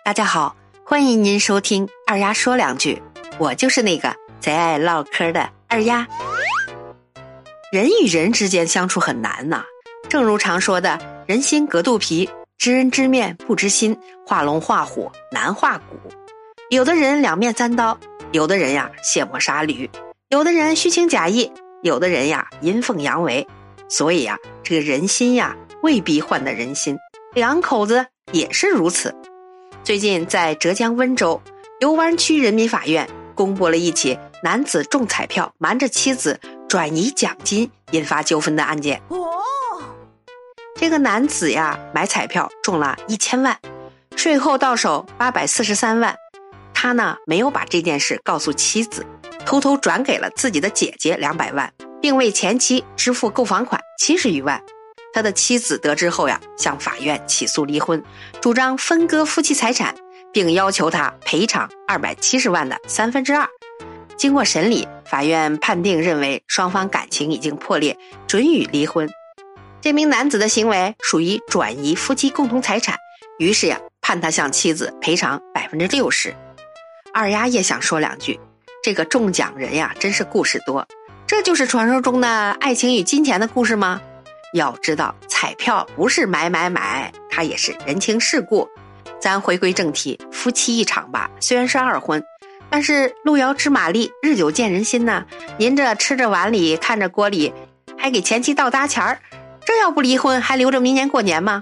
大家好，欢迎您收听二丫说两句，我就是那个贼爱唠嗑的二丫。人与人之间相处很难呐，正如常说的，人心隔肚皮，知人知面不知心，画龙画虎难画骨。有的人两面三刀，有的人呀卸磨杀驴，有的人虚情假意，有的人呀阴奉阳违。所以呀，这个人心呀未必换得人心，两口子也是如此。最近在浙江温州游湾区人民法院公布了一起男子中彩票瞒着妻子转移奖金引发纠纷的案件。这个男子呀买彩票中了1000万，税后到手843万，他呢没有把这件事告诉妻子，偷偷转给了自己的姐姐200万，并为前妻支付购房款70余万。他的妻子得知后呀，向法院起诉离婚，主张分割夫妻财产，并要求他赔偿270万的2/3。经过审理，法院判定认为双方感情已经破裂，准予离婚。这名男子的行为属于转移夫妻共同财产，于是呀，判他向妻子赔偿60%。二丫也想说两句，这个中奖人呀，真是故事多。这就是传说中的爱情与金钱的故事吗？要知道彩票不是买，它也是人情世故。咱回归正题，夫妻一场吧，虽然是二婚，但是路遥知马力，日久见人心呐。您这吃着碗里看着锅里，还给前妻倒搭钱儿，这要不离婚还留着明年过年吗？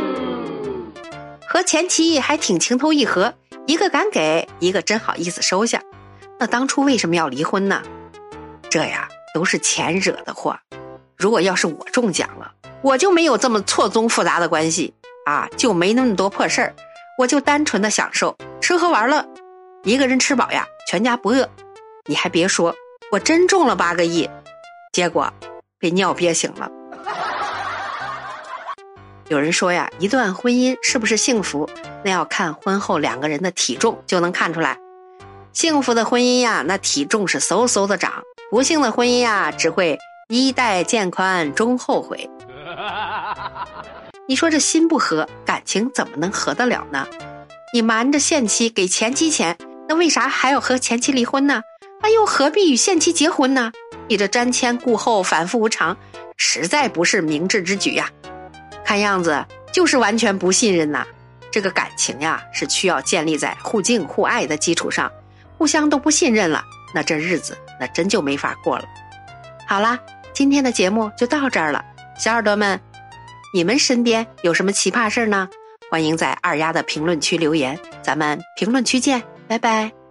和前妻还挺情投意合，一个敢给，一个真好意思收下。那当初为什么要离婚呢？这呀都是钱惹的祸。如果要是我中奖了，我就没有这么错综复杂的关系啊，就没那么多破事儿，我就单纯的享受吃喝玩乐，一个人吃饱呀，全家不饿。你还别说，我真中了8个亿，结果被尿憋醒了。有人说呀，一段婚姻是不是幸福，那要看婚后两个人的体重就能看出来。幸福的婚姻呀，那体重是嗖嗖的涨；不幸的婚姻呀，只会衣带渐宽终后悔。你说这心不和，感情怎么能和得了呢？你瞒着现妻给前妻钱，那为啥还要和前妻离婚呢？那又何必与现妻结婚呢？你这瞻前顾后，反复无常，实在不是明智之举呀。看样子就是完全不信任呐。这个感情呀，是需要建立在互敬互爱的基础上，互相都不信任了，那这日子那真就没法过了。好啦，今天的节目就到这儿了，小耳朵们，你们身边有什么奇葩事呢？欢迎在二丫的评论区留言，咱们评论区见，拜拜。